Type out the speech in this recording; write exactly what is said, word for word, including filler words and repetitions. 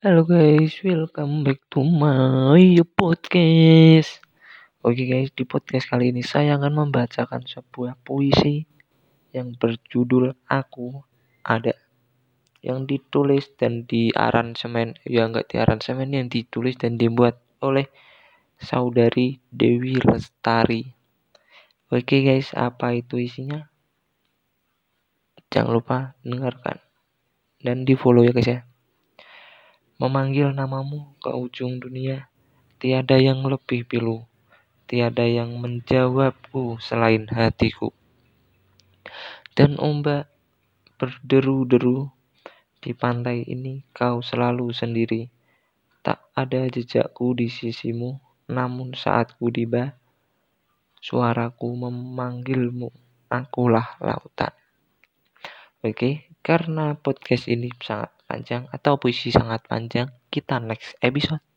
Halo guys, welcome back to my podcast. Oke guys, di podcast kali ini saya akan membacakan sebuah puisi yang berjudul Aku Ada, yang ditulis dan diaransemen, ya enggak diaransemen, yang ditulis dan dibuat oleh saudari Dewi Lestari. Oke guys, apa itu isinya? Jangan lupa dengarkan dan di follow ya guys ya. Memanggil namamu ke ujung dunia, tiada yang lebih pilu, tiada yang menjawabku selain hatiku. Dan ombak berderu-deru, di pantai ini kau selalu sendiri. Tak ada jejakku di sisimu, namun saat ku tiba, suaraku memanggilmu, akulah lautan. Oke, karena podcast ini sangat panjang atau puisi sangat panjang, kita next episode.